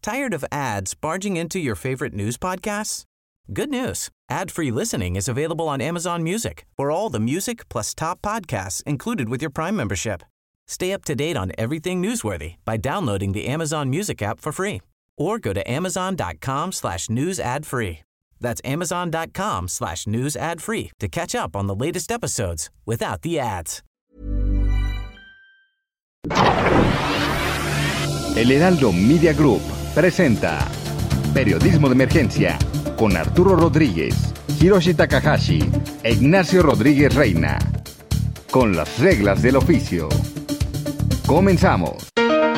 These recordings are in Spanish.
Tired of ads barging into your favorite news podcasts? Good news. Ad-free listening is available on Amazon Music for all the music plus top podcasts included with your Prime membership. Stay up to date on everything newsworthy by downloading the Amazon Music app for free or go to amazon.com/news ad free. That's amazon.com/news ad free to catch up on the latest episodes without the ads. El Heraldo Media Group presenta Periodismo de Emergencia con Arturo Rodríguez, Hiroshi Takahashi e Ignacio Rodríguez Reina. Con las reglas del oficio. Comenzamos.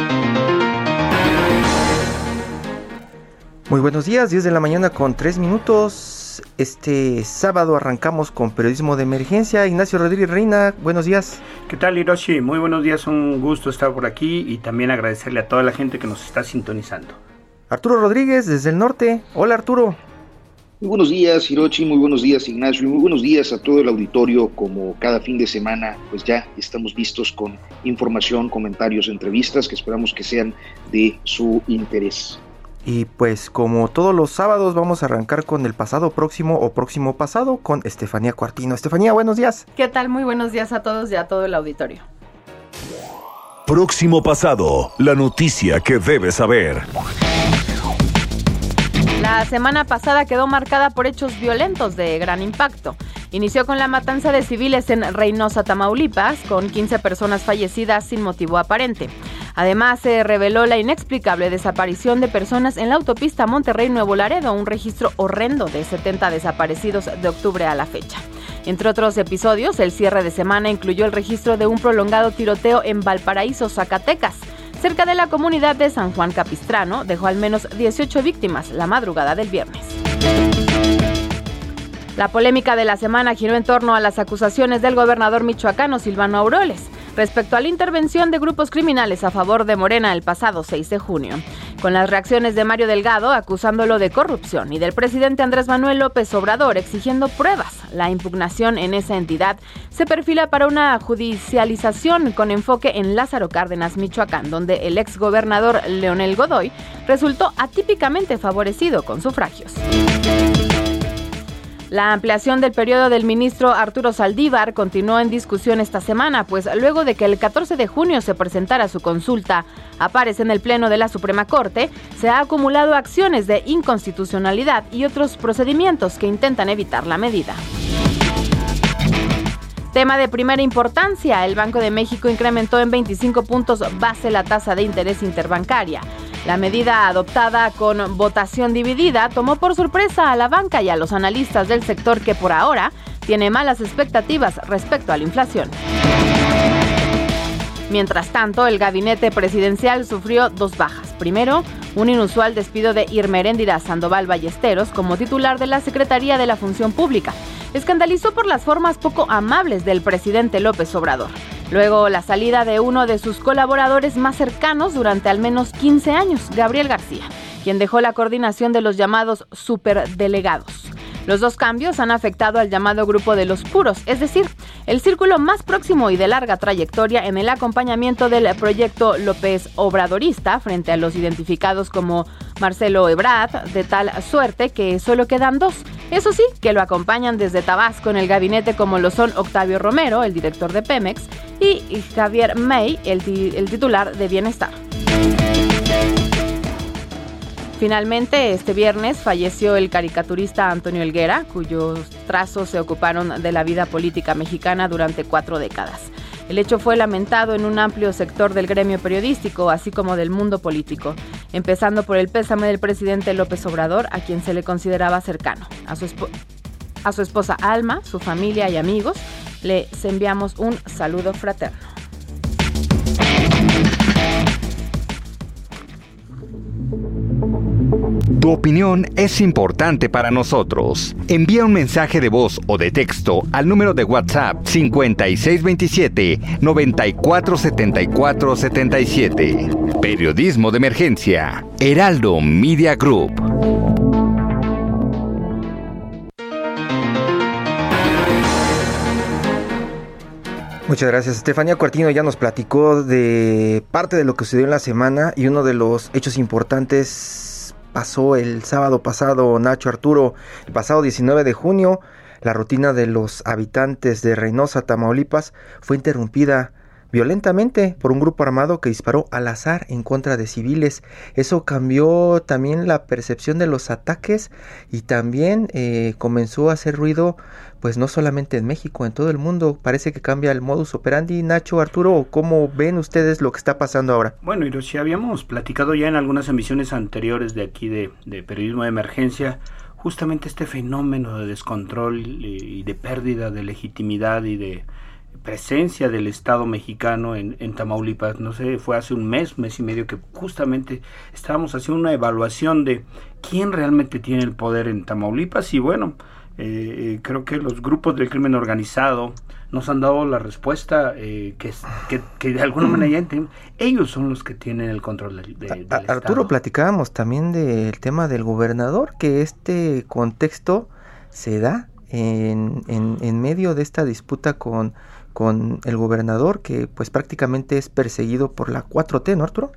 Muy buenos días, 10 de la mañana con 3 minutos. Este sábado arrancamos con Periodismo de Emergencia. Ignacio Rodríguez Reina, buenos días. ¿Qué tal, Hiroshi? Muy buenos días, un gusto estar por aquí y también agradecerle a toda la gente que nos está sintonizando. Arturo Rodríguez desde el norte. Hola, Arturo. Muy buenos días, Hiroshi, muy buenos días, Ignacio, y muy buenos días a todo el auditorio. Como cada fin de semana, pues ya estamos listos con información, comentarios, entrevistas que esperamos que sean de su interés. Y pues como todos los sábados vamos a arrancar con el pasado próximo o próximo pasado con Estefanía Cuartino. Estefanía, buenos días. ¿Qué tal? Muy buenos días a todos y a todo el auditorio. Próximo pasado, la noticia que debes saber. La semana pasada quedó marcada por hechos violentos de gran impacto. Inició con la matanza de civiles en Reynosa, Tamaulipas, con 15 personas fallecidas sin motivo aparente. Además, se reveló la inexplicable desaparición de personas en la autopista Monterrey-Nuevo Laredo, un registro horrendo de 70 desaparecidos de octubre a la fecha. Entre otros episodios, el cierre de semana incluyó el registro de un prolongado tiroteo en Valparaíso, Zacatecas. Cerca de la comunidad de San Juan Capistrano, dejó al menos 18 víctimas la madrugada del viernes. La polémica de la semana giró en torno a las acusaciones del gobernador michoacano Silvano Aureoles respecto a la intervención de grupos criminales a favor de Morena el pasado 6 de junio. Con las reacciones de Mario Delgado acusándolo de corrupción y del presidente Andrés Manuel López Obrador exigiendo pruebas, la impugnación en esa entidad se perfila para una judicialización con enfoque en Lázaro Cárdenas, Michoacán, donde el exgobernador Leonel Godoy resultó atípicamente favorecido con sufragios. La ampliación del periodo del ministro Arturo Saldívar continuó en discusión esta semana, pues luego de que el 14 de junio se presentara su consulta a pares en el Pleno de la Suprema Corte, se ha acumulado acciones de inconstitucionalidad y otros procedimientos que intentan evitar la medida. Tema de primera importancia, el Banco de México incrementó en 25 puntos base la tasa de interés interbancaria. La medida adoptada con votación dividida tomó por sorpresa a la banca y a los analistas del sector que por ahora tiene malas expectativas respecto a la inflación. Mientras tanto, el gabinete presidencial sufrió 2 bajas. Primero, un inusual despido de Irma Heréndira Sandoval Ballesteros como titular de la Secretaría de la Función Pública. Escandalizó por las formas poco amables del presidente López Obrador. Luego, la salida de uno de sus colaboradores más cercanos durante al menos 15 años, Gabriel García, quien dejó la coordinación de los llamados superdelegados. Los 2 cambios han afectado al llamado grupo de los puros, es decir, el círculo más próximo y de larga trayectoria en el acompañamiento del proyecto López Obradorista frente a los identificados como Marcelo Ebrard, de tal suerte que solo quedan 2. Eso sí, que lo acompañan desde Tabasco en el gabinete como lo son Octavio Romero, el director de Pemex, y Javier May, el titular de Bienestar. Finalmente, este viernes falleció el caricaturista Antonio Helguera, cuyos trazos se ocuparon de la vida política mexicana durante 4 décadas. El hecho fue lamentado en un amplio sector del gremio periodístico, así como del mundo político, empezando por el pésame del presidente López Obrador, a quien se le consideraba cercano. A su esposa Alma, su familia y amigos, les enviamos un saludo fraterno. Tu opinión es importante para nosotros. Envía un mensaje de voz o de texto al número de WhatsApp 5627-947477. Periodismo de Emergencia. Heraldo Media Group. Muchas gracias. Estefanía Cuartino ya nos platicó de parte de lo que sucedió en la semana, y uno de los hechos importantes pasó el sábado pasado, Nacho, Arturo. El pasado 19 de junio, la rutina de los habitantes de Reynosa, Tamaulipas, fue interrumpida violentamente por un grupo armado que disparó al azar en contra de civiles. Eso cambió también la percepción de los ataques, y también comenzó a hacer ruido, pues no solamente en México, en todo el mundo. Parece que cambia el modus operandi. Nacho, Arturo, ¿cómo ven ustedes lo que está pasando ahora? Bueno, Hiroshi, habíamos platicado ya en algunas emisiones anteriores de aquí de Periodismo de Emergencia justamente este fenómeno de descontrol y de pérdida de legitimidad y de presencia del Estado mexicano en Tamaulipas. No sé, fue hace un mes y medio que justamente estábamos haciendo una evaluación de quién realmente tiene el poder en Tamaulipas, y bueno, creo que los grupos del crimen organizado nos han dado la respuesta que de alguna manera ellos son los que tienen el control del Estado. Arturo, platicábamos también del tema del gobernador, que este contexto se da en medio de esta disputa con el gobernador, que pues prácticamente es perseguido por la 4T, ¿no, Arturo?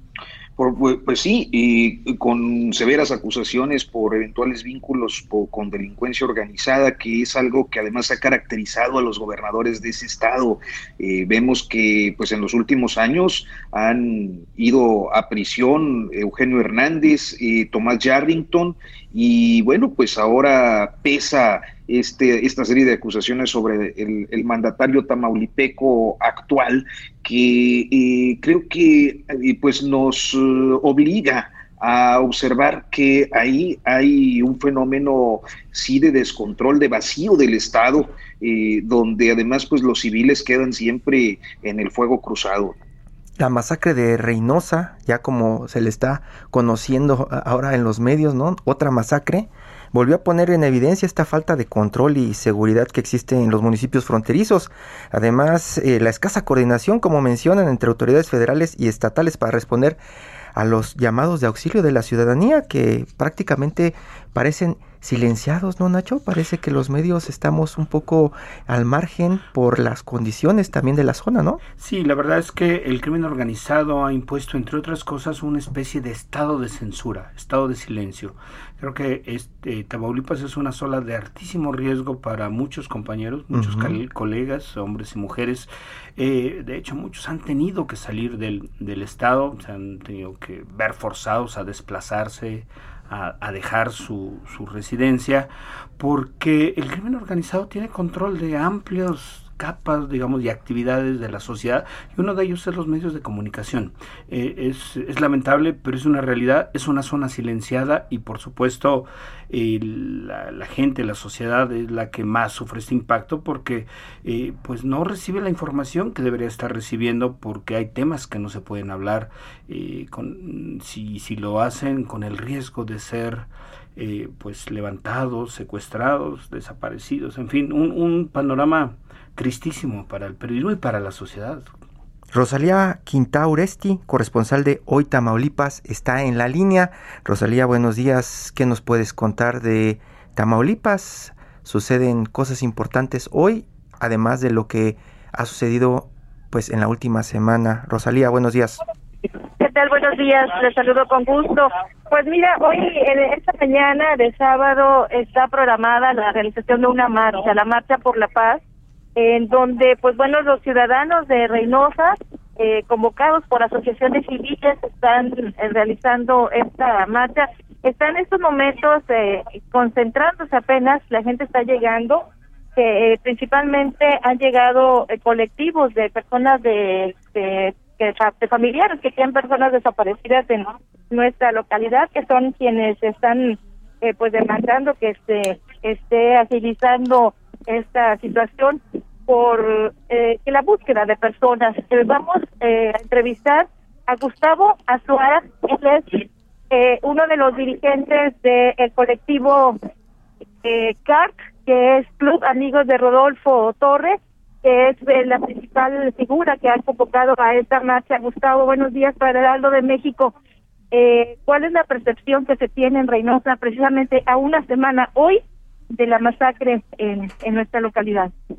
Pues sí, y con severas acusaciones por eventuales vínculos con delincuencia organizada, que es algo que además ha caracterizado a los gobernadores de ese estado. Vemos que pues en los últimos años han ido a prisión Eugenio Hernández, Tomás Yarrington, y bueno, pues ahora pesa esta serie de acusaciones sobre el mandatario tamaulipeco actual, que creo que pues nos obliga a observar que ahí hay un fenómeno sí de descontrol, de vacío del Estado, donde además pues los civiles quedan siempre en el fuego cruzado. La masacre de Reynosa, ya como se le está conociendo ahora en los medios, ¿no? Otra masacre, volvió a poner en evidencia esta falta de control y seguridad que existe en los municipios fronterizos. Además, la escasa coordinación, como mencionan, entre autoridades federales y estatales para responder a los llamados de auxilio de la ciudadanía, que prácticamente parecen silenciados, ¿no, Nacho? Parece que los medios estamos un poco al margen por las condiciones también de la zona, ¿no? Sí, la verdad es que el crimen organizado ha impuesto, entre otras cosas, una especie de estado de censura, estado de silencio. Creo que Tamaulipas es una zona de altísimo riesgo para muchos compañeros, muchos colegas, hombres y mujeres. De hecho, muchos han tenido que salir del estado, se han tenido que ver forzados a desplazarse, a dejar su residencia, porque el crimen organizado tiene control de amplios capas, digamos, y actividades de la sociedad, y uno de ellos es los medios de comunicación. Es lamentable, pero es una realidad, es una zona silenciada, y por supuesto la gente, la sociedad es la que más sufre este impacto, porque pues no recibe la información que debería estar recibiendo, porque hay temas que no se pueden hablar, si lo hacen con el riesgo de ser pues levantados, secuestrados, desaparecidos, en fin, un panorama tristísimo para el periodismo y para la sociedad. Rosalía Quintauresti, corresponsal de Hoy Tamaulipas, está en la línea. Rosalía, buenos días. ¿Qué nos puedes contar de Tamaulipas? Suceden cosas importantes hoy, además de lo que ha sucedido pues en la última semana. Rosalía, buenos días. ¿Qué tal? Buenos días, les saludo con gusto. Pues mira, hoy, en esta mañana de sábado, está programada la realización de una marcha, la Marcha por la Paz, en donde, pues bueno, los ciudadanos de Reynosa, convocados por asociaciones civiles, están realizando esta marcha. Están en estos momentos concentrándose apenas, la gente está llegando, principalmente han llegado colectivos de personas de familiares que tienen personas desaparecidas en nuestra localidad, que son quienes están pues demandando que esté agilizando esta situación por que la búsqueda de personas. Vamos a entrevistar a Gustavo Azuara, él es uno de los dirigentes del colectivo CARC, que es Club Amigos de Rodolfo Torres, que es la principal figura que ha convocado a esta marcha. Gustavo, buenos días para el Heraldo de México. ¿Cuál es la percepción que se tiene en Reynosa precisamente a una semana hoy de la masacre en nuestra localidad?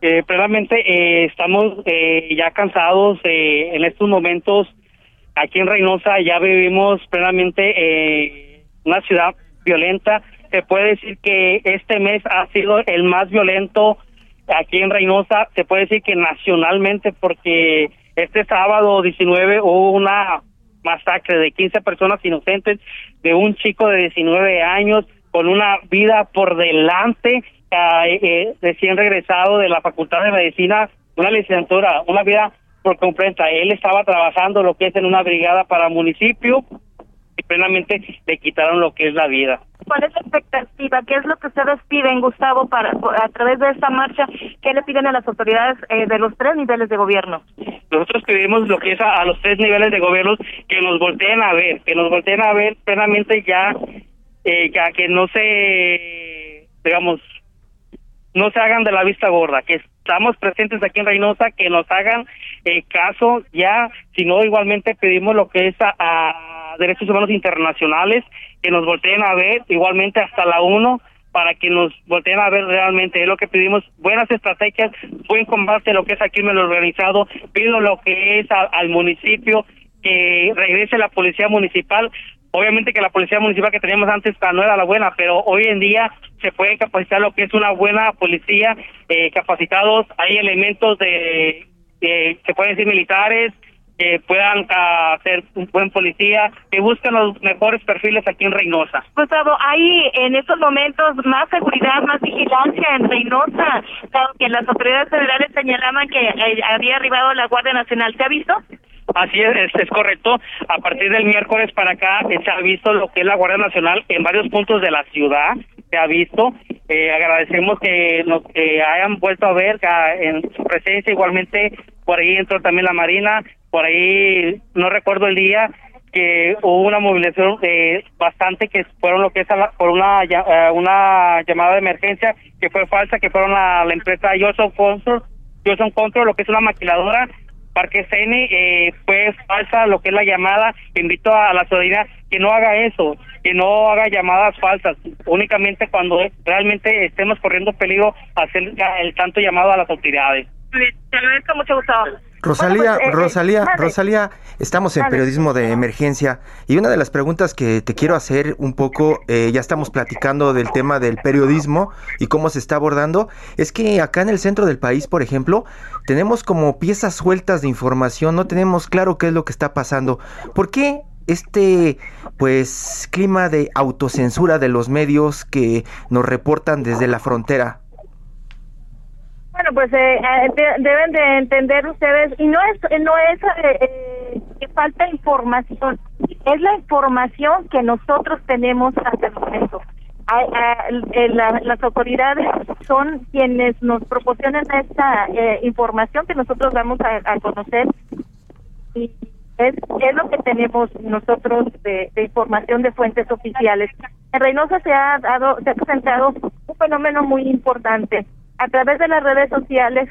Plenamente estamos ya cansados en estos momentos. Aquí en Reynosa ya vivimos plenamente una ciudad violenta. Se puede decir que este mes ha sido el más violento aquí en Reynosa. Se puede decir que nacionalmente, porque este sábado 19 hubo una masacre de 15 personas inocentes, de un chico de 19 años con una vida por delante, recién regresado de la Facultad de Medicina, una licenciatura, una vida por completa. Él estaba trabajando lo que es en una brigada para municipio y plenamente le quitaron lo que es la vida. ¿Cuál es la expectativa? ¿Qué es lo que ustedes piden, Gustavo, a través de esta marcha? ¿Qué le piden a las autoridades de los 3 niveles de gobierno? Nosotros pedimos lo que es a los 3 niveles de gobierno que nos volteen a ver, plenamente ya que no se, digamos, no se hagan de la vista gorda, que estamos presentes aquí en Reynosa, que nos hagan caso ya, si no igualmente pedimos lo que es a derechos humanos internacionales, que nos volteen a ver, igualmente hasta la ONU, para que nos volteen a ver realmente. Es lo que pedimos, buenas estrategias, buen combate a lo que es el crimen organizado. Pido lo que es al municipio, que regrese la policía municipal. Obviamente que la policía municipal que teníamos antes no era la buena, pero hoy en día se puede capacitar lo que es una buena policía, capacitados. Hay elementos se pueden decir militares, que puedan ser un buen policía, que busquen los mejores perfiles aquí en Reynosa. Gustavo, hay en estos momentos más seguridad, más vigilancia en Reynosa, que las autoridades federales señalaban que había arribado la Guardia Nacional. ¿Se ha visto? Así es correcto. A partir del miércoles para acá se ha visto lo que es la Guardia Nacional en varios puntos de la ciudad. Se ha visto. Agradecemos que nos hayan vuelto a ver en su presencia. Igualmente por ahí entró también la Marina. Por ahí no recuerdo el día que hubo una movilización bastante, que fueron lo que es por una llamada de emergencia que fue falsa, que fueron a la empresa Johnson Control, lo que es una maquiladora. Parque Cene, fue falsa lo que es la llamada. Invito a la ciudadanía que no haga eso, que no haga llamadas falsas, únicamente cuando realmente estemos corriendo peligro, hacer el tanto llamado a las autoridades. Te agradezco mucho, Gustavo. Rosalía, estamos en periodismo de emergencia y una de las preguntas que te quiero hacer un poco, ya estamos platicando del tema del periodismo y cómo se está abordando, es que acá en el centro del país, por ejemplo, tenemos como piezas sueltas de información, no tenemos claro qué es lo que está pasando. ¿Por qué este clima de autocensura de los medios que nos reportan desde la frontera? Bueno, pues deben de entender ustedes, y no es que falta información, es la información que nosotros tenemos hasta el momento. Las autoridades son quienes nos proporcionan esta información que nosotros vamos a conocer, y es lo que tenemos nosotros de información de fuentes oficiales. En Reynosa se ha presentado un fenómeno muy importante. A través de las redes sociales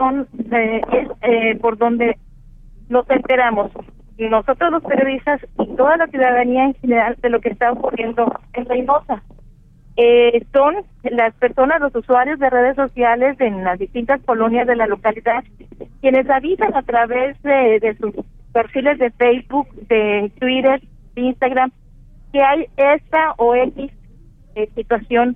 por donde nos enteramos nosotros los periodistas y toda la ciudadanía en general de lo que está ocurriendo en Reynosa. Son las personas, los usuarios de redes sociales en las distintas colonias de la localidad, quienes avisan a través de sus perfiles de Facebook, de Twitter, de Instagram, que hay esta o X situación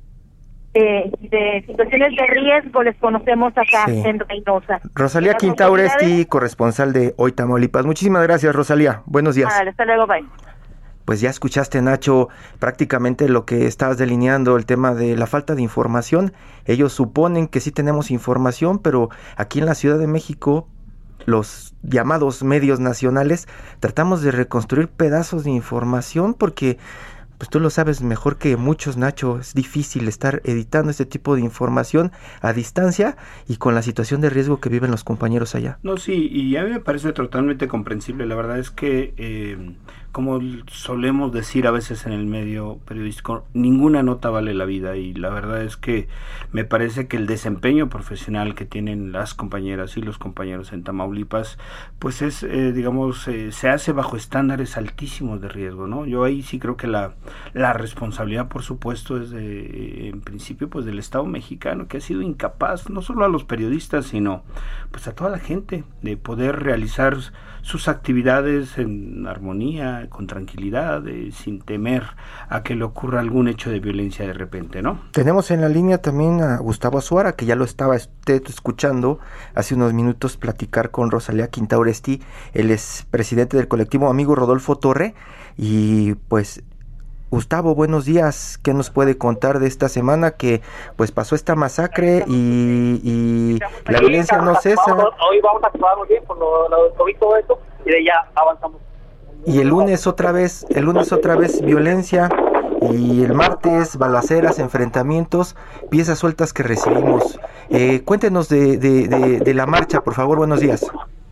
de situaciones de riesgo, les conocemos acá en Reynosa. Rosalía Quintauresti, corresponsal de Hoy Tamaulipas. Muchísimas gracias, Rosalía. Buenos días. Hasta luego, bye. Pues ya escuchaste, Nacho, prácticamente lo que estabas delineando, el tema de la falta de información. Ellos suponen que sí tenemos información, pero aquí en la Ciudad de México, los llamados medios nacionales, tratamos de reconstruir pedazos de información porque, pues tú lo sabes mejor que muchos, Nacho, es difícil estar editando este tipo de información a distancia y con la situación de riesgo que viven los compañeros allá. No, sí, y a mí me parece totalmente comprensible. La verdad es que como solemos decir a veces en el medio periodístico, ninguna nota vale la vida, y la verdad es que me parece que el desempeño profesional que tienen las compañeras y los compañeros en Tamaulipas, pues es, se hace bajo estándares altísimos de riesgo, ¿no? Yo ahí sí creo que la responsabilidad, por supuesto, es en principio, pues del Estado mexicano, que ha sido incapaz, no solo a los periodistas, sino pues a toda la gente, de poder realizar sus actividades en armonía, con tranquilidad, sin temer a que le ocurra algún hecho de violencia de repente, ¿no? Tenemos en la línea también a Gustavo Azuara, que ya lo estaba usted escuchando hace unos minutos platicar con Rosalía Quintauresti. Él es presidente del colectivo Amigo Rodolfo Torre. Y pues, Gustavo, buenos días. ¿Qué nos puede contar de esta semana que pues pasó esta masacre y la violencia no cesa? Hoy vamos a actuar muy bien por lo del COVID, todo eso, y de ya avanzamos. Y el lunes otra vez violencia, y el martes balaceras, enfrentamientos, piezas sueltas que recibimos. Cuéntenos de la marcha, por favor. Buenos días.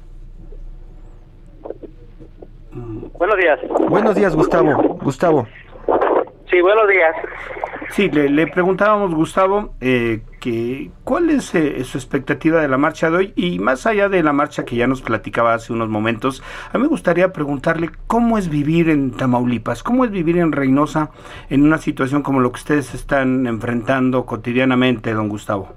Buenos días. Buenos días, Gustavo. Sí, buenos días. Sí, le preguntábamos, Gustavo, ¿cuál es su expectativa de la marcha de hoy? Y más allá de la marcha que ya nos platicaba hace unos momentos, a mí me gustaría preguntarle cómo es vivir en Tamaulipas, cómo es vivir en Reynosa en una situación como lo que ustedes están enfrentando cotidianamente, don Gustavo.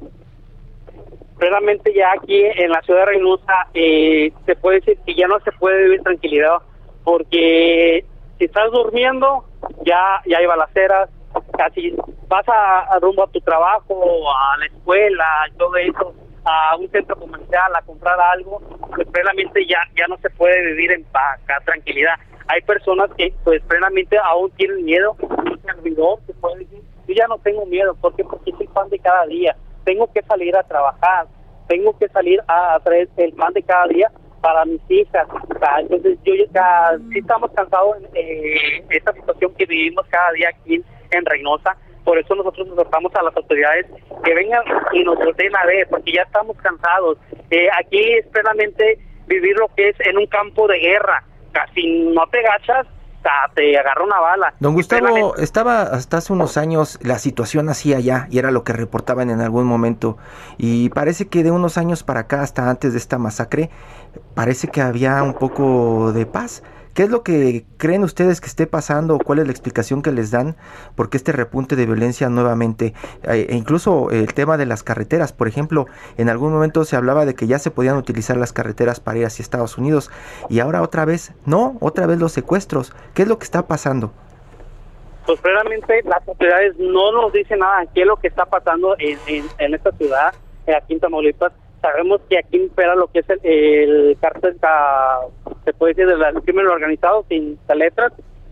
Realmente ya aquí en la ciudad de Reynosa se puede decir que ya no se puede vivir tranquilidad, porque si estás durmiendo ya hay balaceras, casi vas a rumbo a tu trabajo, a la escuela, todo eso, a un centro comercial a comprar algo, pues plenamente ya no se puede vivir en paz, tranquilidad. Hay personas que pues plenamente aún tienen miedo. Un servidor se puede decir, yo ya no tengo miedo, porque es el pan de cada día, tengo que salir a trabajar, tengo que salir a traer el pan de cada día para mis hijas. Entonces yo ya sí estamos cansados de esta situación que vivimos cada día aquí en Reynosa. Por eso nosotros nos tratamos a las autoridades que vengan y nos volteen a ver, porque ya estamos cansados. Aquí es plenamente vivir lo que es en un campo de guerra. Casi no te agachas, te agarra una bala. Don Gustavo, estaba hasta hace unos años la situación así allá, y era lo que reportaban en algún momento, y parece que de unos años para acá, hasta antes de esta masacre, parece que había un poco de paz. ¿Qué es lo que creen ustedes que esté pasando? ¿Cuál es la explicación que les dan? ¿Por qué este repunte de violencia nuevamente? E incluso el tema de las carreteras, por ejemplo, en algún momento se hablaba de que ya se podían utilizar las carreteras para ir hacia Estados Unidos, y ahora otra vez los secuestros. ¿Qué es lo que está pasando? Pues realmente las autoridades no nos dicen nada qué es lo que está pasando en esta ciudad, aquí en Tamaulipas. Sabemos que aquí impera lo que es el cártel, se puede decir, del crimen organizado, sin letras.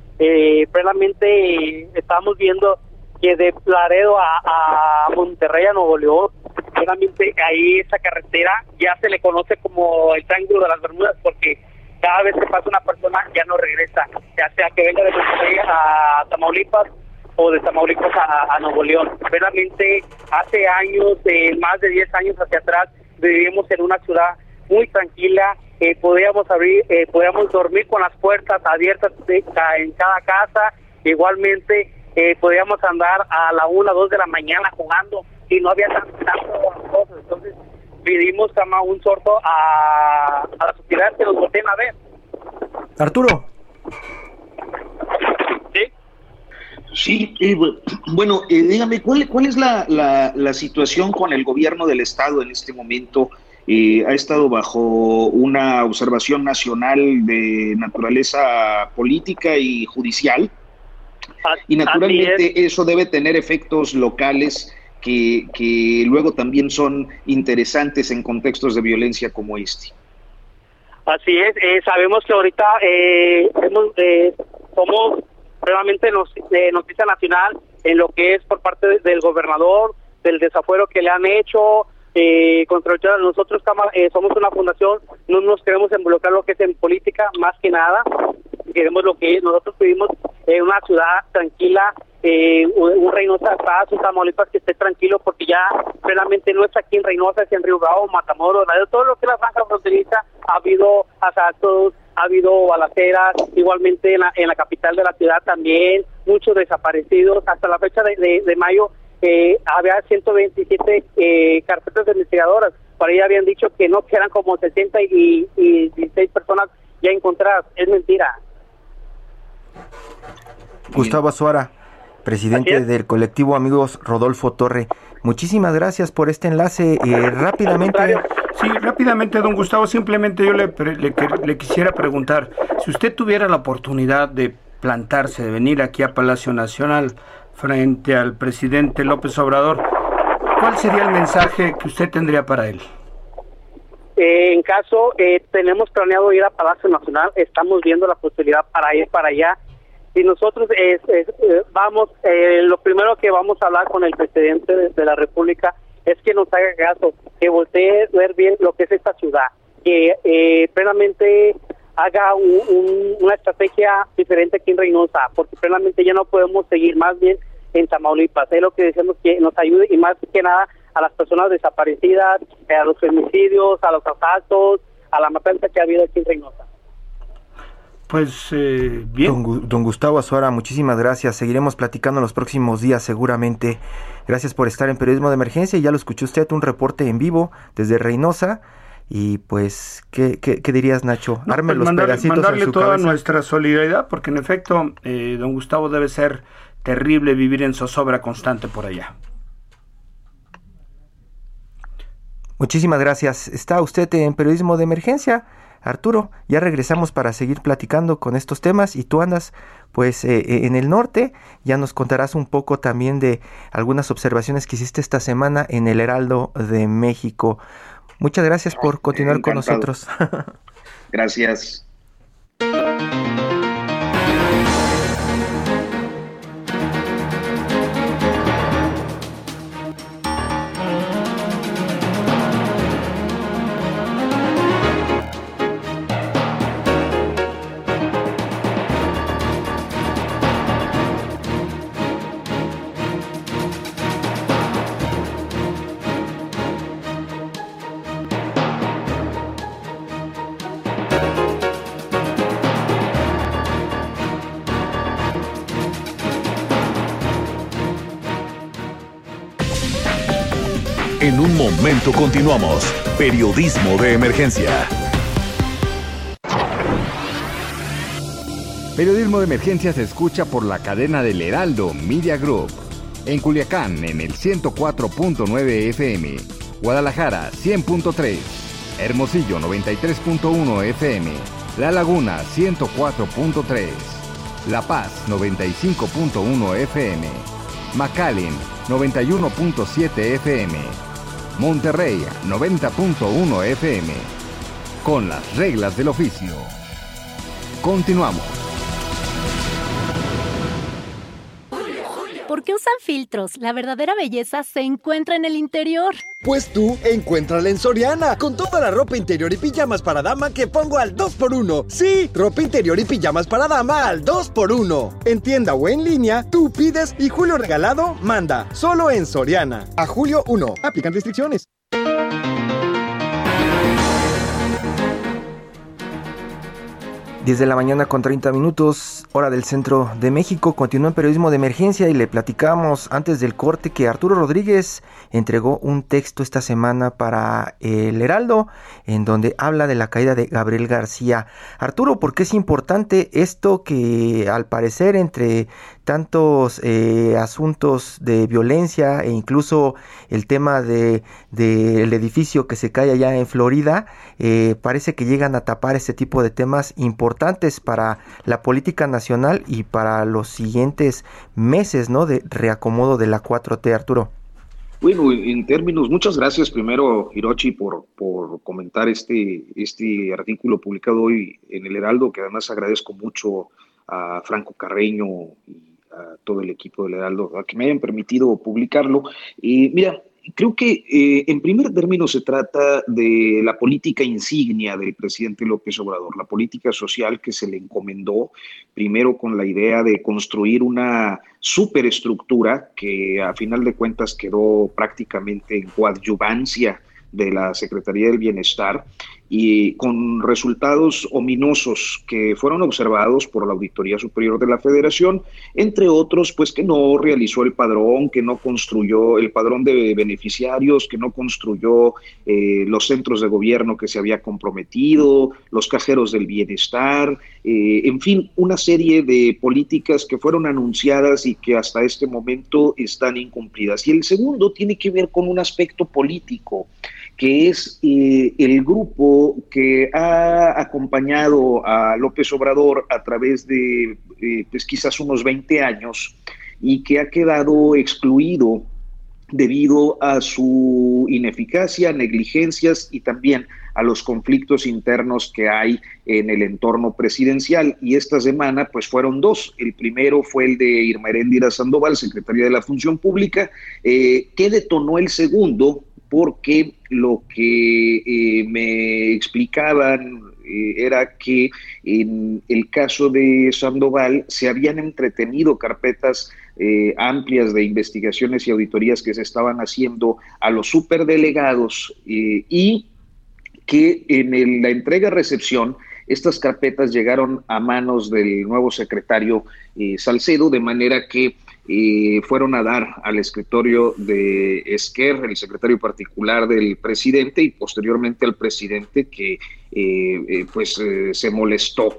Plenamente estamos viendo que de Laredo a Monterrey, a Nuevo León, realmente ahí esa carretera ya se le conoce como el Triángulo de las Bermudas, porque cada vez que pasa una persona ya no regresa, ya sea que venga de Monterrey a Tamaulipas o de Tamaulipas a Nuevo León. Realmente hace años, más de 10 años hacia atrás, vivimos en una ciudad muy tranquila, podíamos dormir con las puertas abiertas en cada casa, igualmente podíamos andar a la 1 o 2 de la mañana jugando y no había tanto cosas. Entonces pedimos un sordo a la sociedad que nos volteen a ver. Arturo. Sí, bueno, dígame, ¿cuál es la situación con el gobierno del estado en este momento? Ha estado bajo una observación nacional de naturaleza política y judicial, y naturalmente eso debe tener efectos locales que luego también son interesantes en contextos de violencia como este. Así es, sabemos que ahorita somos realmente noticia nacional en lo que es por parte del gobernador, del desafuero que le han hecho contra nosotros. Somos una fundación, no nos queremos involucrar lo que es en política, más que nada queremos lo que es, nosotros vivimos en una ciudad tranquila, un Reynosa, un Tamaulipas que esté tranquilo, porque ya realmente no es aquí en Reynosa, es en Río Bravo, Matamoros, todo lo que es la franja fronteriza. Ha habido asaltos, ha habido balaceras, igualmente en la capital de la ciudad también, muchos desaparecidos. Hasta la fecha de mayo había 127 carpetas de investigadoras. Por ahí habían dicho que no, que eran como 60 y 16 personas ya encontradas. Es mentira. Gustavo Azuara, presidente del colectivo Amigos Rodolfo Torre, muchísimas gracias por este enlace. Rápidamente. Sí, rápidamente, don Gustavo, simplemente yo le quisiera preguntar, si usted tuviera la oportunidad de plantarse, de venir aquí a Palacio Nacional frente al presidente López Obrador, ¿cuál sería el mensaje que usted tendría para él? En caso, tenemos planeado ir a Palacio Nacional, estamos viendo la posibilidad para ir para allá. Y nosotros vamos, lo primero que vamos a hablar con el presidente de la República es que nos haga caso, que voltee a ver bien lo que es esta ciudad, que plenamente haga una estrategia diferente aquí en Reynosa, porque plenamente ya no podemos seguir más bien en Tamaulipas. Es lo que decimos, que nos ayude, y más que nada a las personas desaparecidas, a los femicidios, a los asaltos, a la matanza que ha habido aquí en Reynosa. Pues bien. Don Gustavo Azuara, muchísimas gracias. Seguiremos platicando en los próximos días seguramente. Gracias por estar en Periodismo de Emergencia. Ya lo escuchó usted, un reporte en vivo desde Reynosa. Y pues, ¿qué dirías, Nacho? Arme los pedacitos mandarle en su toda cabeza. Nuestra solidaridad, porque en efecto, don Gustavo, debe ser terrible vivir en zozobra constante por allá. Muchísimas gracias. Está usted en Periodismo de Emergencia. Arturo, ya regresamos para seguir platicando con estos temas, y tú andas pues en el norte. Ya nos contarás un poco también de algunas observaciones que hiciste esta semana en el Heraldo de México. Muchas gracias por continuar con nosotros. Gracias. En un momento continuamos. Periodismo de Emergencia. Periodismo de Emergencia se escucha por la cadena del Heraldo Media Group. En Culiacán, en el 104.9 FM. Guadalajara, 100.3. Hermosillo, 93.1 FM. La Laguna, 104.3. La Paz, 95.1 FM. McAllen, 91.7 FM. Monterrey, 90.1 FM. Con las reglas del oficio. Continuamos. ¿Por qué usan filtros? La verdadera belleza se encuentra en el interior. Pues tú, encuéntrala en Soriana, con toda la ropa interior y pijamas para dama que pongo al 2x1. Sí, ropa interior y pijamas para dama al 2x1. En tienda o en línea, tú pides y Julio Regalado manda. Solo en Soriana. A julio 1. Aplican restricciones. 10 de la mañana con 30 minutos, hora del centro de México. Continúa en Periodismo de Emergencia y le platicamos antes del corte que Arturo Rodríguez entregó un texto esta semana para el Heraldo, en donde habla de la caída de Gabriel García. Arturo, ¿por qué es importante esto que al parecer entre tantos asuntos de violencia e incluso el tema del edificio que se cae allá en Florida, parece que llegan a tapar este tipo de temas importantes para la política nacional y para los siguientes meses, ¿no?, de reacomodo de la 4T, Arturo? Bueno, en términos, muchas gracias primero, Hirochi, por comentar este artículo publicado hoy en el Heraldo, que además agradezco mucho a Franco Carreño y a todo el equipo del Heraldo a que me hayan permitido publicarlo. Mira, creo que en primer término se trata de la política insignia del presidente López Obrador, la política social que se le encomendó primero con la idea de construir una superestructura que a final de cuentas quedó prácticamente en coadyuvancia de la Secretaría del Bienestar, y con resultados ominosos que fueron observados por la Auditoría Superior de la Federación, entre otros, pues que no realizó el padrón, que no construyó el padrón de beneficiarios, que no construyó los centros de gobierno que se había comprometido, los cajeros del bienestar, en fin, una serie de políticas que fueron anunciadas y que hasta este momento están incumplidas. Y el segundo tiene que ver con un aspecto político, que es el grupo que ha acompañado a López Obrador a través de pues quizás unos 20 años y que ha quedado excluido debido a su ineficacia, negligencias y también a los conflictos internos que hay en el entorno presidencial. Y esta semana pues fueron dos. El primero fue el de Irma Heréndira Sandoval, secretaria de la Función Pública, que detonó el segundo, porque lo que me explicaban era que en el caso de Sandoval se habían entretenido carpetas amplias de investigaciones y auditorías que se estaban haciendo a los superdelegados y que en la entrega-recepción estas carpetas llegaron a manos del nuevo secretario Salcedo, de manera que fueron a dar al escritorio de Esquer, el secretario particular del presidente, y posteriormente al presidente, que se molestó.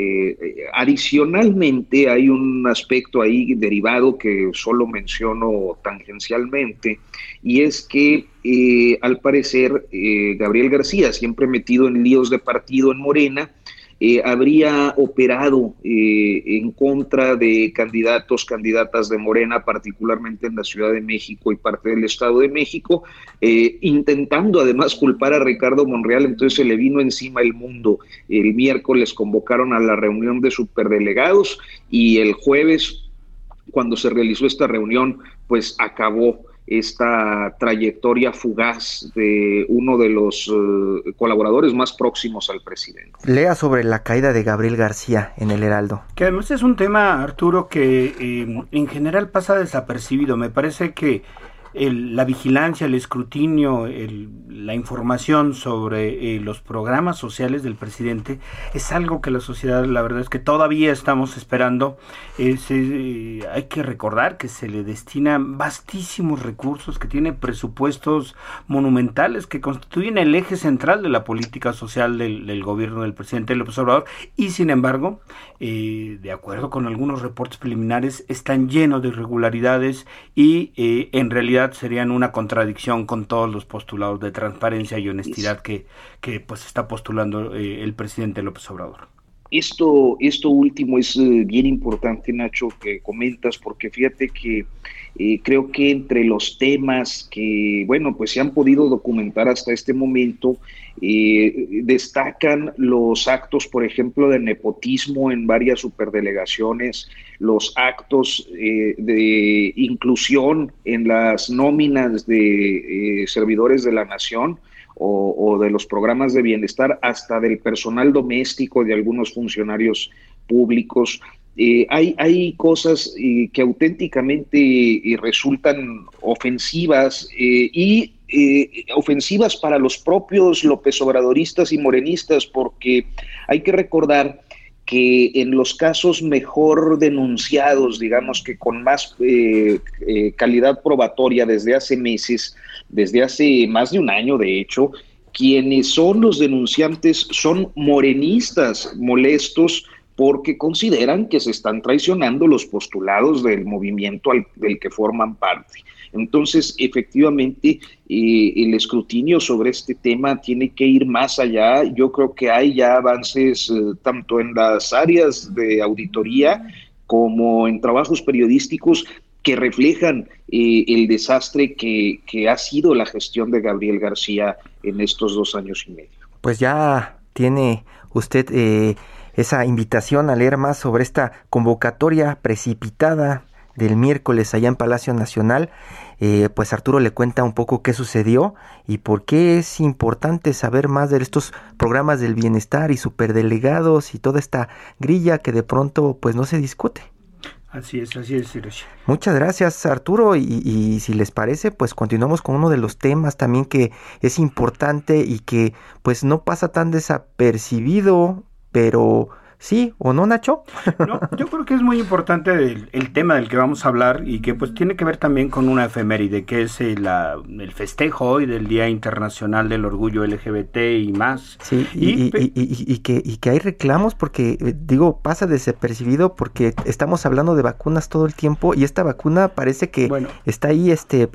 Adicionalmente hay un aspecto ahí derivado que solo menciono tangencialmente, y es que al parecer Gabriel García, siempre metido en líos de partido en Morena, habría operado en contra de candidatas de Morena, particularmente en la Ciudad de México y parte del Estado de México, intentando además culpar a Ricardo Monreal. Entonces se le vino encima el mundo. El miércoles convocaron a la reunión de superdelegados y el jueves, cuando se realizó esta reunión, pues acabó esta trayectoria fugaz de uno de los colaboradores más próximos al presidente. Lea sobre la caída de Gabriel García en el Heraldo. Que además es un tema, Arturo, que en general pasa desapercibido. Me parece que la vigilancia, el escrutinio, la información sobre los programas sociales del presidente es algo que la sociedad, la verdad es que todavía estamos esperando. Hay que recordar que se le destinan vastísimos recursos, que tiene presupuestos monumentales que constituyen el eje central de la política social del gobierno del presidente López Obrador, y sin embargo, de acuerdo con algunos reportes preliminares, están llenos de irregularidades y en realidad serían una contradicción con todos los postulados de transparencia y honestidad que pues está postulando el presidente López Obrador. Esto último es bien importante, Nacho, que comentas, porque fíjate que creo que entre los temas que, bueno, pues se han podido documentar hasta este momento, destacan los actos, por ejemplo, de nepotismo en varias superdelegaciones, los actos de inclusión en las nóminas de servidores de la nación, o de los programas de bienestar, hasta del personal doméstico de algunos funcionarios públicos. Hay cosas que auténticamente resultan ofensivas y ofensivas para los propios López Obradoristas y morenistas, porque hay que recordar que en los casos mejor denunciados, digamos que con más calidad probatoria desde hace meses, desde hace más de un año de hecho, quienes son los denunciantes son morenistas molestos porque consideran que se están traicionando los postulados del movimiento del que forman parte. Entonces, efectivamente, el escrutinio sobre este tema tiene que ir más allá. Yo creo que hay ya avances tanto en las áreas de auditoría como en trabajos periodísticos que reflejan el desastre que ha sido la gestión de Gabriel García en estos 2 años y medio. Pues ya tiene usted esa invitación a leer más sobre esta convocatoria precipitada del miércoles allá en Palacio Nacional. Pues Arturo le cuenta un poco qué sucedió y por qué es importante saber más de estos programas del bienestar y superdelegados y toda esta grilla que de pronto pues no se discute. Así es, Hiroshi. Muchas gracias, Arturo, y si les parece, pues continuamos con uno de los temas también que es importante y que pues no pasa tan desapercibido, pero ¿sí o no, Nacho? No, yo creo que es muy importante el tema del que vamos a hablar y que pues tiene que ver también con una efeméride, que es el festejo hoy del Día Internacional del Orgullo LGBT y más. Sí, y que hay reclamos porque, pasa desapercibido porque estamos hablando de vacunas todo el tiempo y esta vacuna parece que está ahí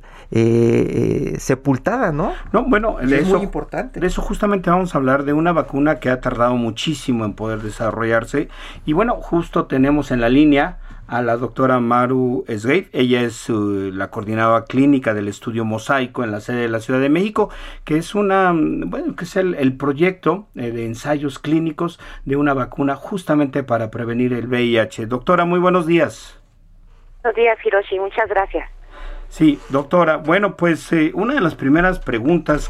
sepultada, ¿no? No, bueno, es muy importante. De eso justamente vamos a hablar, de una vacuna que ha tardado muchísimo en poder desarrollarse. Y bueno, justo tenemos en la línea a la doctora Maru Esgueif. Ella es la coordinadora clínica del estudio Mosaico en la sede de la Ciudad de México, que es el proyecto de ensayos clínicos de una vacuna justamente para prevenir el VIH. Doctora, muy buenos días. Buenos días, Hiroshi, muchas gracias. Sí, doctora, bueno, pues una de las primeras preguntas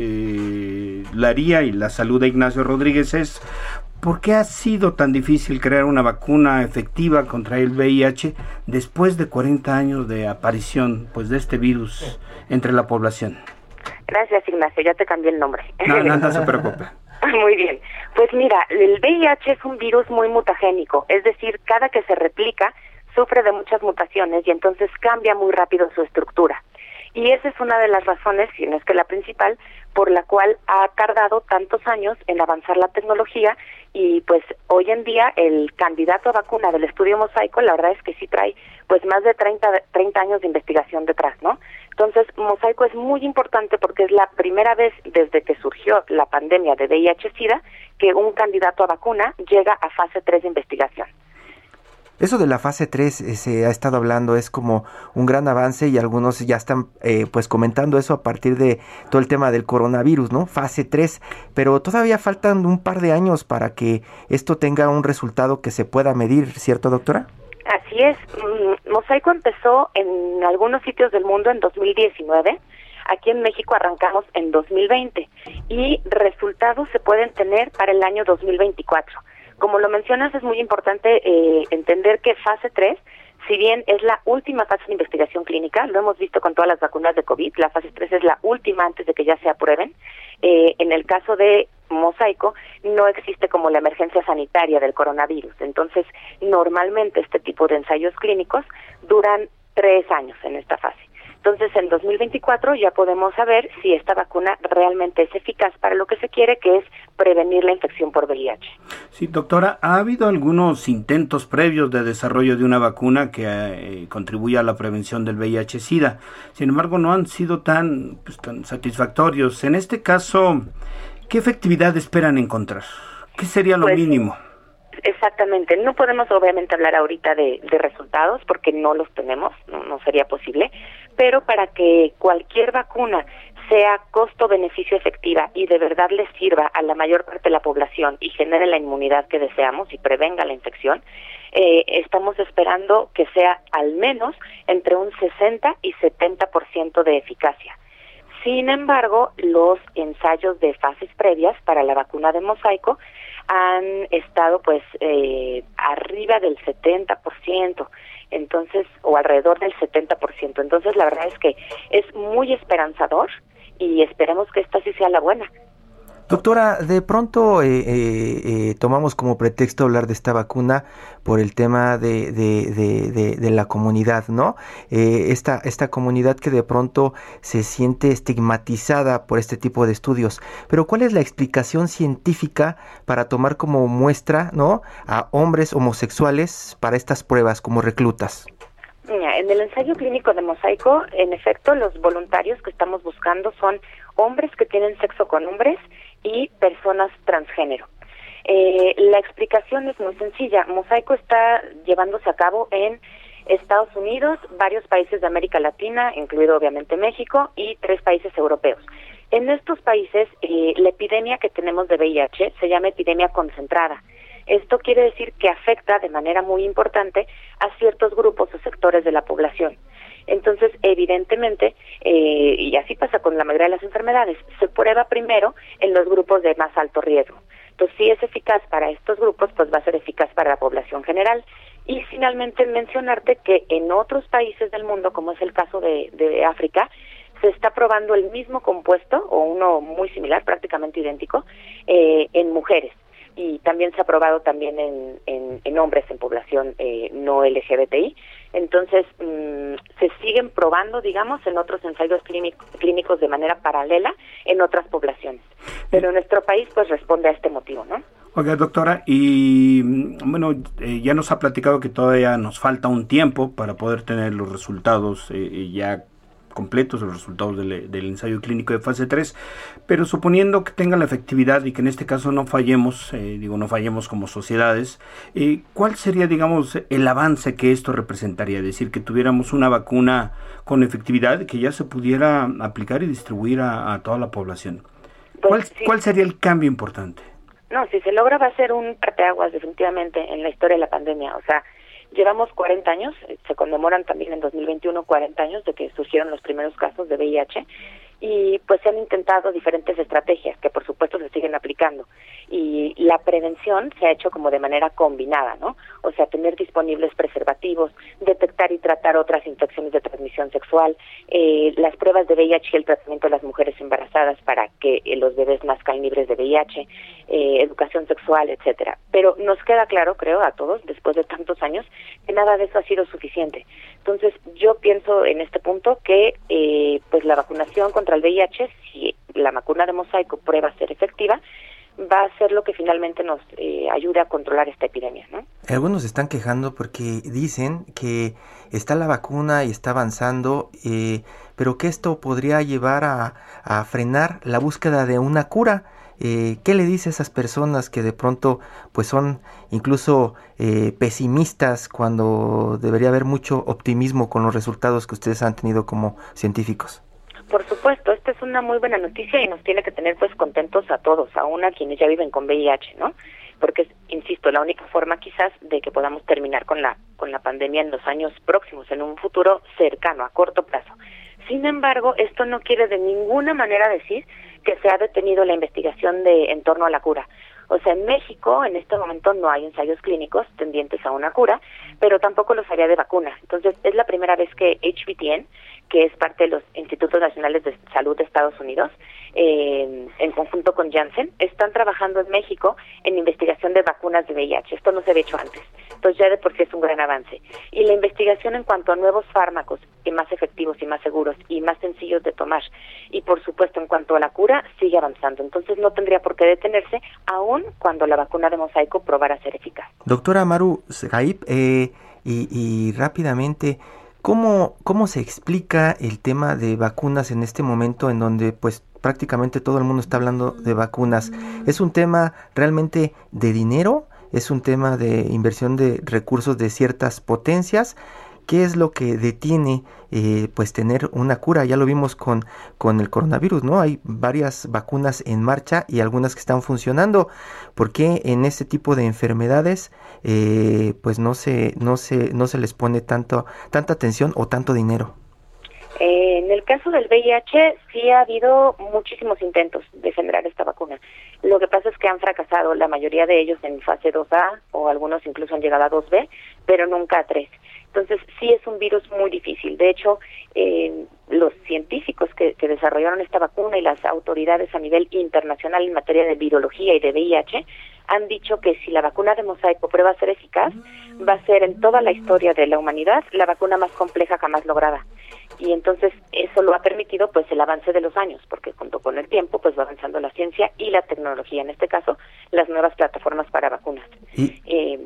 que le haría y la saluda Ignacio Rodríguez es: ¿por qué ha sido tan difícil crear una vacuna efectiva contra el VIH después de 40 años de aparición de este virus entre la población? Gracias, Ignacio, ya te cambié el nombre. No se preocupe. Muy bien, pues mira, el VIH es un virus muy mutagénico, es decir, cada que se replica sufre de muchas mutaciones y entonces cambia muy rápido su estructura. Y esa es una de las razones, si no es que la principal, por la cual ha tardado tantos años en avanzar la tecnología y pues hoy en día el candidato a vacuna del estudio Mosaico, la verdad es que sí trae pues más de 30 años de investigación detrás, ¿no? Entonces, Mosaico es muy importante porque es la primera vez desde que surgió la pandemia de VIH-Sida que un candidato a vacuna llega a fase 3 de investigación. Eso de la fase 3 se ha estado hablando, es como un gran avance y algunos ya están comentando eso a partir de todo el tema del coronavirus, ¿no? Fase 3, pero todavía faltan un par de años para que esto tenga un resultado que se pueda medir, ¿cierto, doctora? Así es, Mosaico empezó en algunos sitios del mundo en 2019, aquí en México arrancamos en 2020 y resultados se pueden tener para el año 2024. Como lo mencionas, es muy importante entender que fase 3, si bien es la última fase de investigación clínica, lo hemos visto con todas las vacunas de COVID, la fase 3 es la última antes de que ya se aprueben. En el caso de Mosaico, no existe como la emergencia sanitaria del coronavirus. Entonces, normalmente este tipo de ensayos clínicos duran 3 años en esta fase. Entonces, en 2024 ya podemos saber si esta vacuna realmente es eficaz para lo que se quiere, que es prevenir la infección por VIH. Sí, doctora, ¿ha habido algunos intentos previos de desarrollo de una vacuna que contribuya a la prevención del VIH-Sida? Sin embargo, no han sido tan satisfactorios. En este caso, ¿qué efectividad esperan encontrar? ¿Qué sería lo mínimo? Exactamente, no podemos obviamente hablar ahorita de resultados porque no los tenemos, no sería posible, pero para que cualquier vacuna sea costo-beneficio efectiva y de verdad le sirva a la mayor parte de la población y genere la inmunidad que deseamos y prevenga la infección, estamos esperando que sea al menos entre un 60 y 70% de eficacia. Sin embargo, los ensayos de fases previas para la vacuna de Mosaico han estado arriba del 70%, entonces, o alrededor del 70%. Entonces, la verdad es que es muy esperanzador y esperemos que esta sí sea la buena. Doctora, de pronto tomamos como pretexto hablar de esta vacuna por el tema de la comunidad, ¿no? Esta comunidad que de pronto se siente estigmatizada por este tipo de estudios. Pero ¿cuál es la explicación científica para tomar como muestra, ¿no?, a hombres homosexuales para estas pruebas como reclutas? Mira, en el ensayo clínico de Mosaico, en efecto, los voluntarios que estamos buscando son hombres que tienen sexo con hombres y personas transgénero. La explicación es muy sencilla. Mosaico está llevándose a cabo en Estados Unidos, varios países de América Latina, incluido obviamente México, y 3 países europeos. En estos países, la epidemia que tenemos de VIH se llama epidemia concentrada. Esto quiere decir que afecta de manera muy importante a ciertos grupos o sectores de la población. Entonces, evidentemente, y así pasa con la mayoría de las enfermedades, se prueba primero en los grupos de más alto riesgo. Entonces, si es eficaz para estos grupos, pues va a ser eficaz para la población general. Y finalmente mencionarte que en otros países del mundo, como es el caso de África, se está probando el mismo compuesto, o uno muy similar, prácticamente idéntico, en mujeres. Y también se ha probado también en hombres en población no LGBTI. Entonces, se siguen probando, digamos, en otros ensayos clínicos de manera paralela en otras poblaciones. Pero nuestro país, pues, responde a este motivo, ¿no? Oiga, doctora, y bueno, ya nos ha platicado que todavía nos falta un tiempo para poder tener los resultados ya completos, los resultados del ensayo clínico de fase 3, pero suponiendo que tenga la efectividad y que en este caso no fallemos, no fallemos como sociedades, ¿cuál sería, digamos, el avance que esto representaría? Es decir, que tuviéramos una vacuna con efectividad que ya se pudiera aplicar y distribuir a toda la población. Pues, ¿Cuál sería el cambio importante? No, si se logra va a ser un parteaguas definitivamente en la historia de la pandemia. O sea, llevamos 40 años, se conmemoran también en 2021 40 años de que surgieron los primeros casos de VIH, y pues se han intentado diferentes estrategias que por supuesto se siguen aplicando, y la prevención se ha hecho como de manera combinada, ¿no? O sea, tener disponibles preservativos, detectar y tratar otras infecciones de transmisión sexual, las pruebas de VIH y el tratamiento de las mujeres embarazadas para que los bebés nazcan libres de VIH, educación sexual, etcétera. Pero nos queda claro, creo, a todos, después de tantos años, que nada de eso ha sido suficiente. Entonces, yo pienso en este punto que pues la vacunación contra el VIH, si la vacuna de Mosaico prueba ser efectiva, va a ser lo que finalmente nos ayude a controlar esta epidemia, ¿no? Algunos se están quejando porque dicen que está la vacuna y está avanzando, pero que esto podría llevar a frenar la búsqueda de una cura. ¿Qué le dice a esas personas que de pronto pues son incluso pesimistas cuando debería haber mucho optimismo con los resultados que ustedes han tenido como científicos? Por supuesto, esta es una muy buena noticia y nos tiene que tener pues contentos a todos, aún a quienes ya viven con VIH, ¿no? Porque es, insisto, la única forma quizás de que podamos terminar con la pandemia en los años próximos, en un futuro cercano, a corto plazo. Sin embargo, esto no quiere de ninguna manera decir que se ha detenido la investigación en torno a la cura. O sea, en México en este momento no hay ensayos clínicos tendientes a una cura, pero tampoco los había de vacuna. Entonces, es la primera vez que HBTN, que es parte de los Institutos Nacionales de Salud de Estados Unidos, en conjunto con Janssen, están trabajando en México en investigación de vacunas de VIH. Esto no se había hecho antes. Entonces, ya de por sí es un gran avance. Y la investigación en cuanto a nuevos fármacos, más efectivos y más seguros y más sencillos de tomar, y por supuesto en cuanto a la cura, sigue avanzando. Entonces, no tendría por qué detenerse, aún cuando la vacuna de Mosaico probara ser eficaz. Doctora Maru Sgaip, y rápidamente, ¿cómo se explica el tema de vacunas en este momento en donde pues prácticamente todo el mundo está hablando de vacunas? ¿Es un tema realmente de dinero? ¿Es un tema de inversión de recursos de ciertas potencias? ¿Qué es lo que detiene pues tener una cura? Ya lo vimos con el coronavirus, ¿no? Hay varias vacunas en marcha y algunas que están funcionando. ¿Por qué en este tipo de enfermedades pues no se les pone tanta atención o tanto dinero? En el caso del VIH sí ha habido muchísimos intentos de generar esta vacuna. Lo que pasa es que han fracasado, la mayoría de ellos en fase 2A, o algunos incluso han llegado a 2B, pero nunca a 3. Entonces sí es un virus muy difícil. De hecho, los científicos que desarrollaron esta vacuna y las autoridades a nivel internacional en materia de virología y de VIH han dicho que si la vacuna de Mosaico prueba ser eficaz, va a ser en toda la historia de la humanidad la vacuna más compleja jamás lograda. Y entonces eso lo ha permitido pues el avance de los años, porque junto con el tiempo pues va avanzando la ciencia y la tecnología, en este caso las nuevas plataformas para vacunas. Y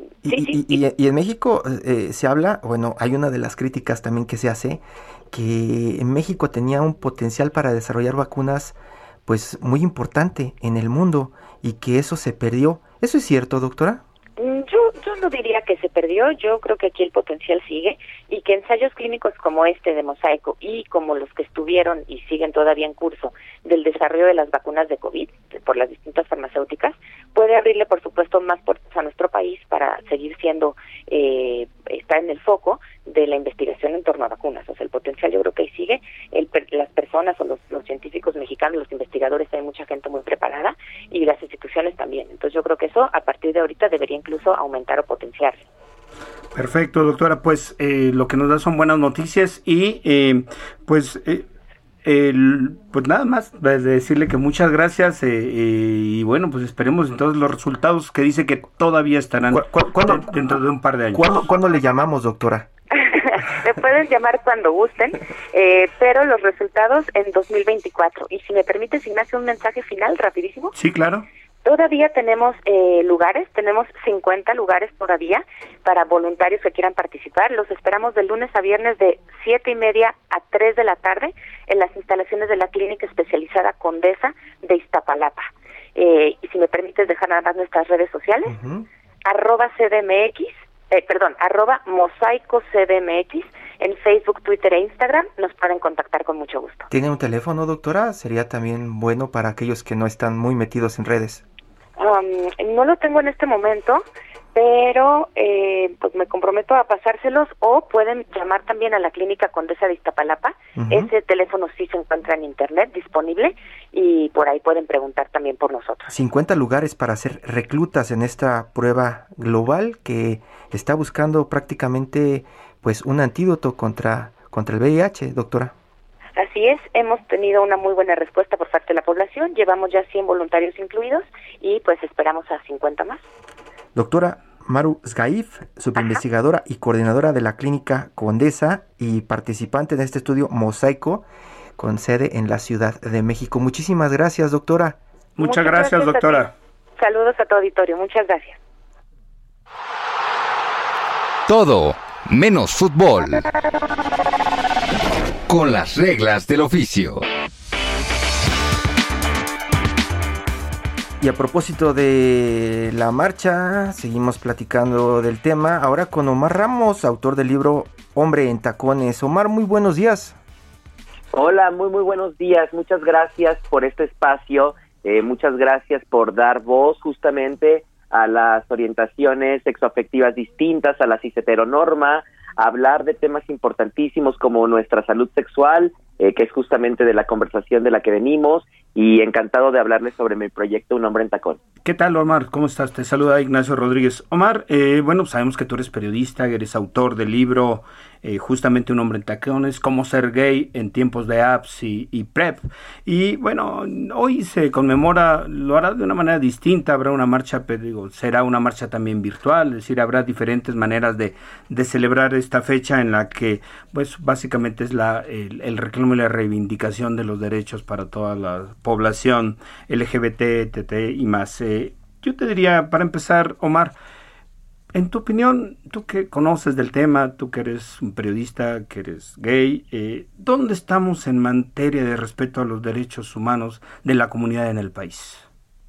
en México se habla, bueno, hay una de las críticas también que se hace, que en México tenía un potencial para desarrollar vacunas pues muy importante en el mundo y que eso se perdió. ¿Eso es cierto, doctora? Yo no diría que se perdió, yo creo que aquí el potencial sigue y que ensayos clínicos como este de Mosaico y como los que estuvieron y siguen todavía en curso del desarrollo de las vacunas de COVID por las distintas farmacéuticas puede abrirle por supuesto más puertas a nuestro país para seguir siendo, estar en el foco de la investigación en torno a vacunas. O sea, el potencial yo creo que ahí sigue, las personas o los científicos mexicanos, los investigadores, hay mucha gente muy preparada y las instituciones también. Entonces yo creo que eso a partir de ahorita debería incluso aumentar o potenciarse. Perfecto, doctora, pues lo que nos da son buenas noticias y pues nada más decirle que muchas gracias y bueno, pues esperemos entonces los resultados que dice que todavía estarán dentro de un par de años. ¿Cuándo le llamamos, doctora? Me pueden llamar cuando gusten, pero los resultados en 2024. Y si me permites, Ignacio, un mensaje final rapidísimo. Sí, claro. Todavía tenemos lugares, tenemos 50 lugares todavía para voluntarios que quieran participar. Los esperamos de lunes a viernes de 7:30 a 3 de la tarde en las instalaciones de la Clínica Especializada Condesa de Iztapalapa. Y si me permites dejar nada más nuestras redes sociales, @CDMX, en Facebook, Twitter e Instagram, nos pueden contactar con mucho gusto. ¿Tiene un teléfono, doctora? Sería también bueno para aquellos que no están muy metidos en redes. No lo tengo en este momento, pero pues me comprometo a pasárselos, o pueden llamar también a la Clínica Condesa de Iztapalapa. Ese teléfono sí se encuentra en internet disponible y por ahí pueden preguntar también por nosotros. 50 lugares para ser reclutas en esta prueba global que está buscando prácticamente pues un antídoto contra el VIH, doctora. Así es, hemos tenido una muy buena respuesta por parte de la población, llevamos ya 100 voluntarios incluidos y pues esperamos a 50 más. Doctora Maru Sgaif, subinvestigadora y coordinadora de la Clínica Condesa y participante de este estudio Mosaico con sede en la Ciudad de México. Muchísimas gracias, doctora. Muchas gracias, doctora. Saludos a tu auditorio, muchas gracias. Todo menos fútbol. Con las reglas del oficio. Y a propósito de la marcha, seguimos platicando del tema, ahora con Omar Ramos, autor del libro Hombre en Tacones. Omar, muy buenos días. Hola, muy buenos días. Muchas gracias por este espacio. Muchas gracias por dar voz justamente a las orientaciones sexoafectivas distintas, a la cis-heteronorma, a hablar de temas importantísimos como nuestra salud sexual, que es justamente de la conversación de la que venimos, y encantado de hablarles sobre mi proyecto Un Hombre en Tacón. ¿Qué tal, Omar? ¿Cómo estás? Te saluda Ignacio Rodríguez. Omar, bueno, sabemos que tú eres periodista, eres autor del libro justamente Un Hombre en Tacones, cómo ser gay en tiempos de apps y PrEP. Y bueno, hoy se conmemora, lo hará de una manera distinta, habrá una marcha, pero digo, será una marcha también virtual, es decir, habrá diferentes maneras de celebrar esta fecha en la que, pues, básicamente es el reclamo y la reivindicación de los derechos para toda la población LGBT, TT y más. Yo te diría, para empezar, Omar, en tu opinión, tú que conoces del tema, tú que eres un periodista, que eres gay, ¿dónde estamos en materia de respeto a los derechos humanos de la comunidad en el país?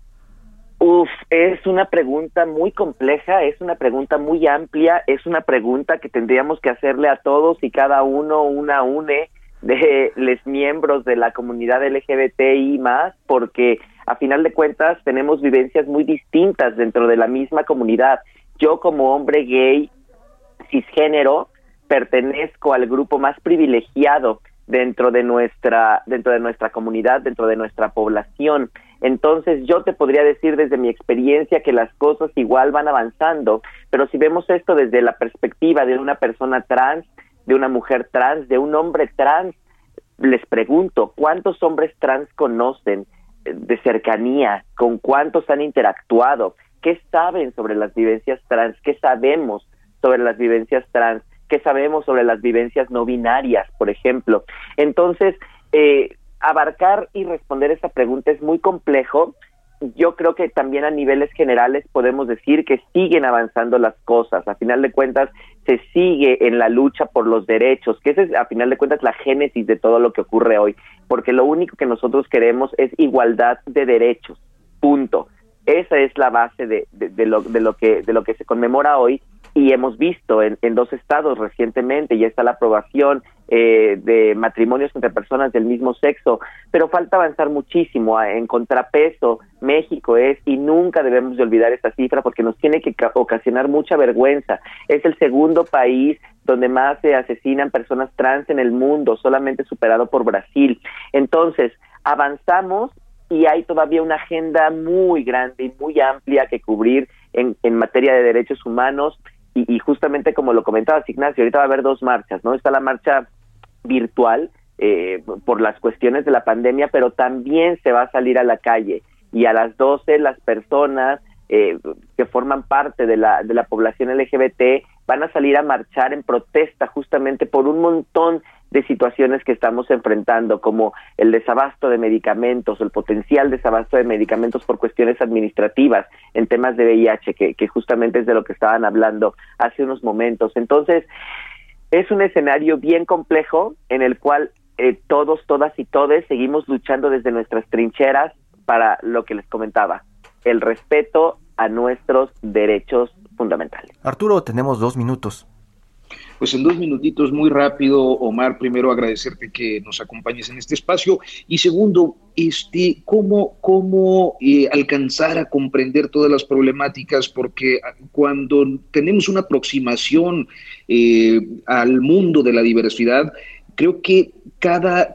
Es una pregunta muy compleja, es una pregunta muy amplia, es una pregunta que tendríamos que hacerle a todos y cada uno une de los miembros de la comunidad LGBTI más, porque a final de cuentas tenemos vivencias muy distintas dentro de la misma comunidad. Yo, como hombre gay cisgénero, pertenezco al grupo más privilegiado dentro de nuestra comunidad, dentro de nuestra población. Entonces yo te podría decir desde mi experiencia que las cosas igual van avanzando, pero si vemos esto desde la perspectiva de una persona trans, de una mujer trans, de un hombre trans, les pregunto, ¿cuántos hombres trans conocen de cercanía? ¿Con cuántos han interactuado? ¿Qué saben sobre las vivencias trans? ¿Qué sabemos sobre las vivencias trans? ¿Qué sabemos sobre las vivencias no binarias, por ejemplo? Entonces, abarcar y responder esa pregunta es muy complejo. Yo creo que también a niveles generales podemos decir que siguen avanzando las cosas. A final de cuentas, se sigue en la lucha por los derechos, que esa es, a final de cuentas, la génesis de todo lo que ocurre hoy. Porque lo único que nosotros queremos es igualdad de derechos. Punto. Esa es la base de lo que se conmemora hoy, y hemos visto en 2 estados recientemente, ya está la aprobación de matrimonios entre personas del mismo sexo, pero falta avanzar muchísimo. En contrapeso, México es, y nunca debemos de olvidar esta cifra porque nos tiene que ocasionar mucha vergüenza, es el segundo país donde más se asesinan personas trans en el mundo, solamente superado por Brasil. Entonces, avanzamos, y hay todavía una agenda muy grande y muy amplia que cubrir en materia de derechos humanos, y justamente como lo comentabas, Ignacio, ahorita va a haber 2 marchas, ¿no? Está la marcha virtual por las cuestiones de la pandemia, pero también se va a salir a la calle, y a las 12 las personas que forman parte de la población LGBT van a salir a marchar en protesta justamente por un montón de situaciones que estamos enfrentando, como el desabasto de medicamentos, el potencial desabasto de medicamentos por cuestiones administrativas en temas de VIH, que justamente es de lo que estaban hablando hace unos momentos. Entonces, es un escenario bien complejo en el cual todos, todas y todes seguimos luchando desde nuestras trincheras para lo que les comentaba, el respeto a nuestros derechos fundamentales. Arturo, tenemos 2 minutos. Pues en 2 minutitos, muy rápido, Omar, primero agradecerte que nos acompañes en este espacio, y segundo, cómo alcanzar a comprender todas las problemáticas, porque cuando tenemos una aproximación al mundo de la diversidad, creo que cada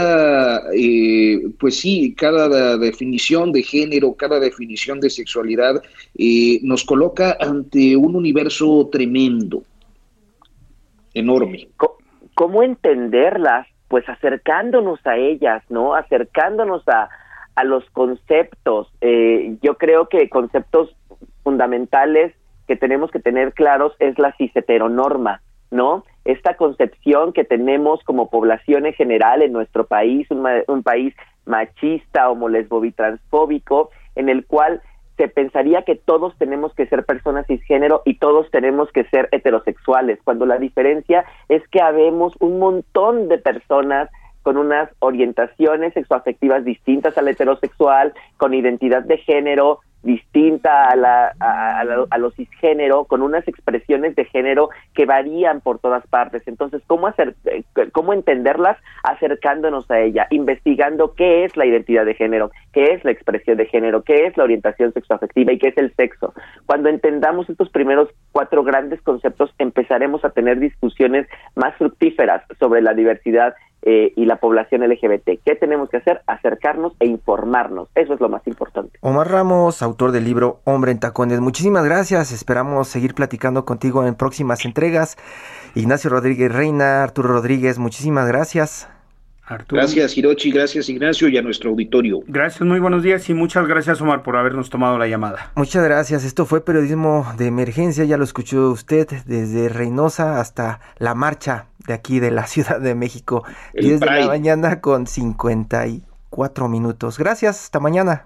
definición de género, cada definición de sexualidad nos coloca ante un universo tremendo, enorme. ¿Cómo entenderlas? Pues acercándonos a ellas, ¿no? Acercándonos a los conceptos. Yo creo que conceptos fundamentales que tenemos que tener claros es la cis-heteronorma, ¿no? Esta concepción que tenemos como población en general en nuestro país, un país machista, homo-lesbo-bitransfóbico, en el cual se pensaría que todos tenemos que ser personas cisgénero y todos tenemos que ser heterosexuales, cuando la diferencia es que habemos un montón de personas con unas orientaciones sexoafectivas distintas a la heterosexual, con identidad de género distinta a lo cisgénero, con unas expresiones de género que varían por todas partes. Entonces, ¿cómo entenderlas? Acercándonos a ella, investigando qué es la identidad de género, qué es la expresión de género, qué es la orientación sexoafectiva y qué es el sexo. Cuando entendamos estos primeros 4 grandes conceptos, empezaremos a tener discusiones más fructíferas sobre la diversidad y la población LGBT. ¿Qué tenemos que hacer? Acercarnos e informarnos. Eso es lo más importante. Omar Ramos, autor del libro Hombre en Tacones. Muchísimas gracias. Esperamos seguir platicando contigo en próximas entregas. Ignacio Rodríguez Reina, Arturo Rodríguez, muchísimas gracias. Arturo. Gracias, Hirochi, gracias, Ignacio, y a nuestro auditorio. Gracias, muy buenos días, y muchas gracias, Omar, por habernos tomado la llamada. Muchas gracias. Esto fue Periodismo de Emergencia. Ya lo escuchó usted desde Reynosa hasta la marcha de aquí de la Ciudad de México. 10 de la mañana con 54 minutos. Gracias, hasta mañana.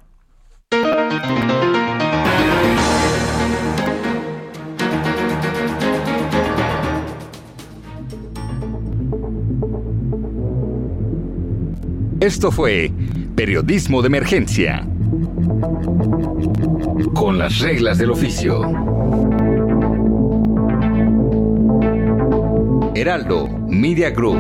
Esto fue Periodismo de Emergencia, con las reglas del oficio. Heraldo Media Group.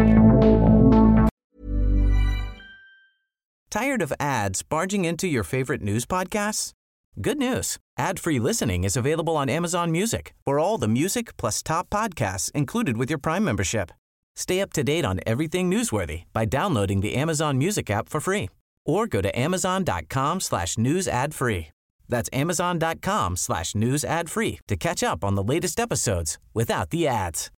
Tired of ads barging into your favorite news podcasts? Good news. Ad-free listening is available on Amazon Music for all the music plus top podcasts included with your Prime membership. Stay up to date on everything newsworthy by downloading the Amazon Music app for free or go to amazon.com/news ad free. That's amazon.com/news ad free to catch up on the latest episodes without the ads.